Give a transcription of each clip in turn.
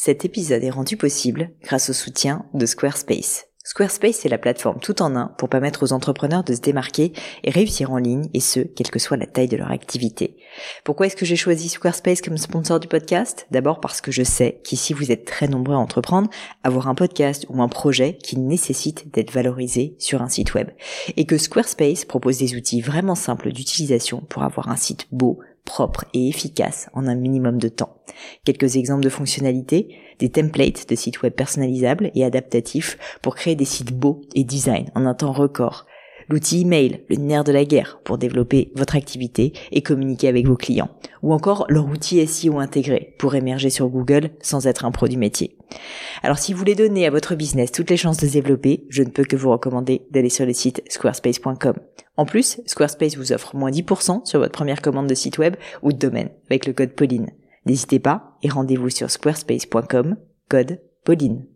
Cet épisode est rendu possible grâce au soutien de Squarespace. Squarespace est la plateforme tout en un pour permettre aux entrepreneurs de se démarquer et réussir en ligne, et ce, quelle que soit la taille de leur activité. Pourquoi est-ce que j'ai choisi Squarespace comme sponsor du podcast ? D'abord parce que je sais qu'ici vous êtes très nombreux à entreprendre, avoir un podcast ou un projet qui nécessite d'être valorisé sur un site web. Et que Squarespace propose des outils vraiment simples d'utilisation pour avoir un site beau, propre et efficace en un minimum de temps. Quelques exemples de fonctionnalités, des templates de sites web personnalisables et adaptatifs pour créer des sites beaux et design en un temps record. L'outil email, le nerf de la guerre pour développer votre activité et communiquer avec vos clients. Ou encore leur outil SEO intégré pour émerger sur Google sans être un pro du métier. Alors si vous voulez donner à votre business toutes les chances de se développer, je ne peux que vous recommander d'aller sur le site squarespace.com. En plus, Squarespace vous offre moins 10% sur votre première commande de site web ou de domaine avec le code Pauline. N'hésitez pas et rendez-vous sur squarespace.com, code Pauline.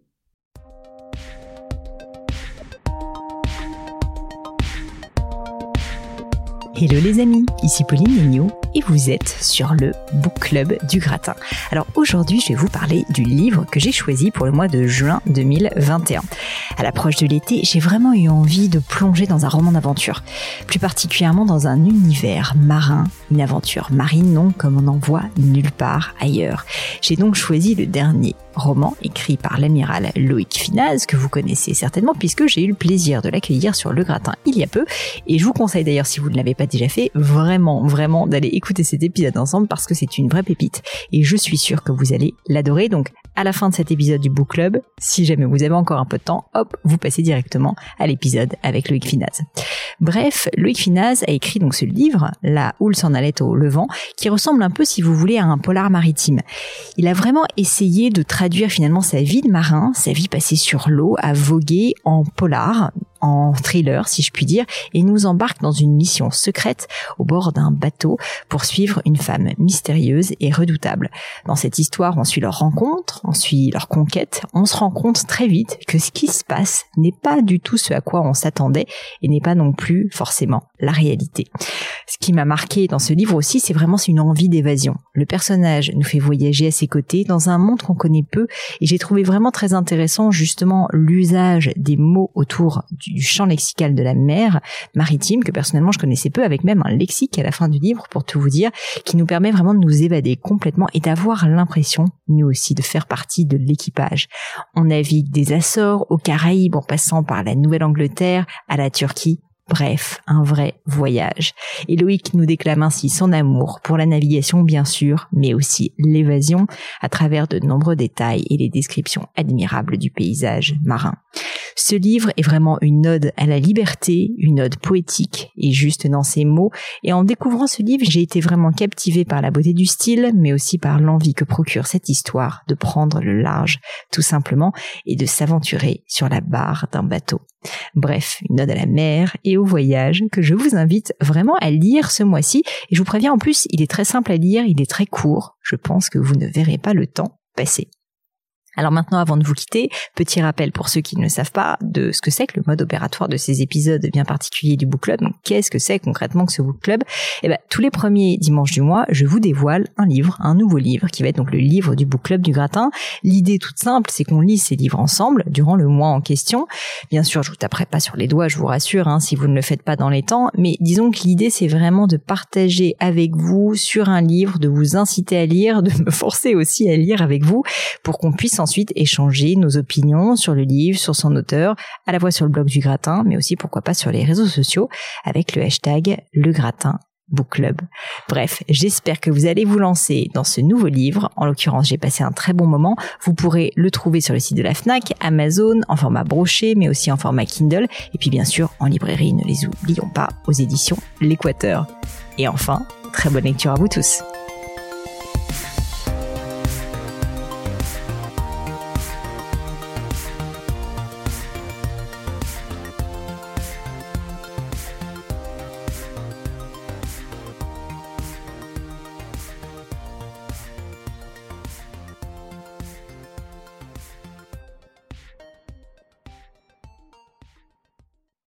Hello les amis, ici Pauline Legnaud et vous êtes sur le Book Club du Gratin. Alors aujourd'hui, je vais vous parler du livre que j'ai choisi pour le mois de juin 2021. À l'approche de l'été, j'ai vraiment eu envie de plonger dans un roman d'aventure, plus particulièrement dans un univers marin, une aventure marine non comme on n'en voit nulle part ailleurs. J'ai donc choisi le dernier roman écrit par l'amiral Loïc Finaz, que vous connaissez certainement puisque j'ai eu le plaisir de l'accueillir sur le Gratin il y a peu, et je vous conseille d'ailleurs, si vous ne l'avez pas déjà fait, vraiment d'aller écouter cet épisode ensemble parce que c'est une vraie pépite et je suis sûre que vous allez l'adorer. Donc à la fin de cet épisode du Book Club, si jamais vous avez encore un peu de temps, hop, vous passez directement à l'épisode avec Loïc Finaz. Bref, Loïc Finaz a écrit donc ce livre, La houle s'en allait au levant, qui ressemble un peu, si vous voulez, à un polar maritime. Il a vraiment essayé de traduire finalement sa vie de marin, sa vie passée sur l'eau, à voguer en polar, en thriller si je puis dire, et nous embarque dans une mission secrète au bord d'un bateau pour suivre une femme mystérieuse et redoutable. Dans cette histoire, on suit leur rencontre, on suit leur conquête, on se rend compte très vite que ce qui se passe n'est pas du tout ce à quoi on s'attendait et n'est pas non plus forcément la réalité. Ce qui m'a marqué dans ce livre aussi, c'est vraiment une envie d'évasion. Le personnage nous fait voyager à ses côtés dans un monde qu'on connaît peu et j'ai trouvé vraiment très intéressant justement l'usage des mots autour du champ lexical de la mer maritime que personnellement je connaissais peu, avec même un lexique à la fin du livre pour tout vous dire, qui nous permet vraiment de nous évader complètement et d'avoir l'impression nous aussi de faire partie de l'équipage. On navigue des Açores aux Caraïbes en passant par la Nouvelle-Angleterre à la Turquie. Bref, un vrai voyage. Et Loïc nous déclame ainsi son amour pour la navigation bien sûr, mais aussi l'évasion à travers de nombreux détails et les descriptions admirables du paysage marin. Ce livre est vraiment une ode à la liberté, une ode poétique et juste dans ses mots. Et en découvrant ce livre, j'ai été vraiment captivée par la beauté du style, mais aussi par l'envie que procure cette histoire de prendre le large, tout simplement, et de s'aventurer sur la barre d'un bateau. Bref, une ode à la mer et au voyage que je vous invite vraiment à lire ce mois-ci. Et je vous préviens, en plus, il est très simple à lire, il est très court. Je pense que vous ne verrez pas le temps passer. Alors maintenant, avant de vous quitter, petit rappel pour ceux qui ne le savent pas de ce que c'est que le mode opératoire de ces épisodes bien particuliers du Book Club. Donc, qu'est-ce que c'est concrètement que ce Book Club ? Tous les premiers dimanches du mois, je vous dévoile un nouveau livre qui va être donc le livre du Book Club du Gratin. L'idée toute simple, c'est qu'on lit ces livres ensemble durant le mois en question. Bien sûr, je vous taperai pas sur les doigts, je vous rassure, si vous ne le faites pas dans les temps, mais disons que l'idée, c'est vraiment de partager avec vous sur un livre, de vous inciter à lire, de me forcer aussi à lire avec vous pour qu'on puisse ensuite échanger nos opinions sur le livre, sur son auteur, à la fois sur le blog du Gratin, mais aussi pourquoi pas sur les réseaux sociaux avec le hashtag #LeGratinBookClub. Bref, j'espère que vous allez vous lancer dans ce nouveau livre. En l'occurrence, j'ai passé un très bon moment. Vous pourrez le trouver sur le site de la Fnac, Amazon, en format broché, mais aussi en format Kindle. Et puis bien sûr, en librairie, ne les oublions pas, aux éditions L'Équateur. Et enfin, très bonne lecture à vous tous.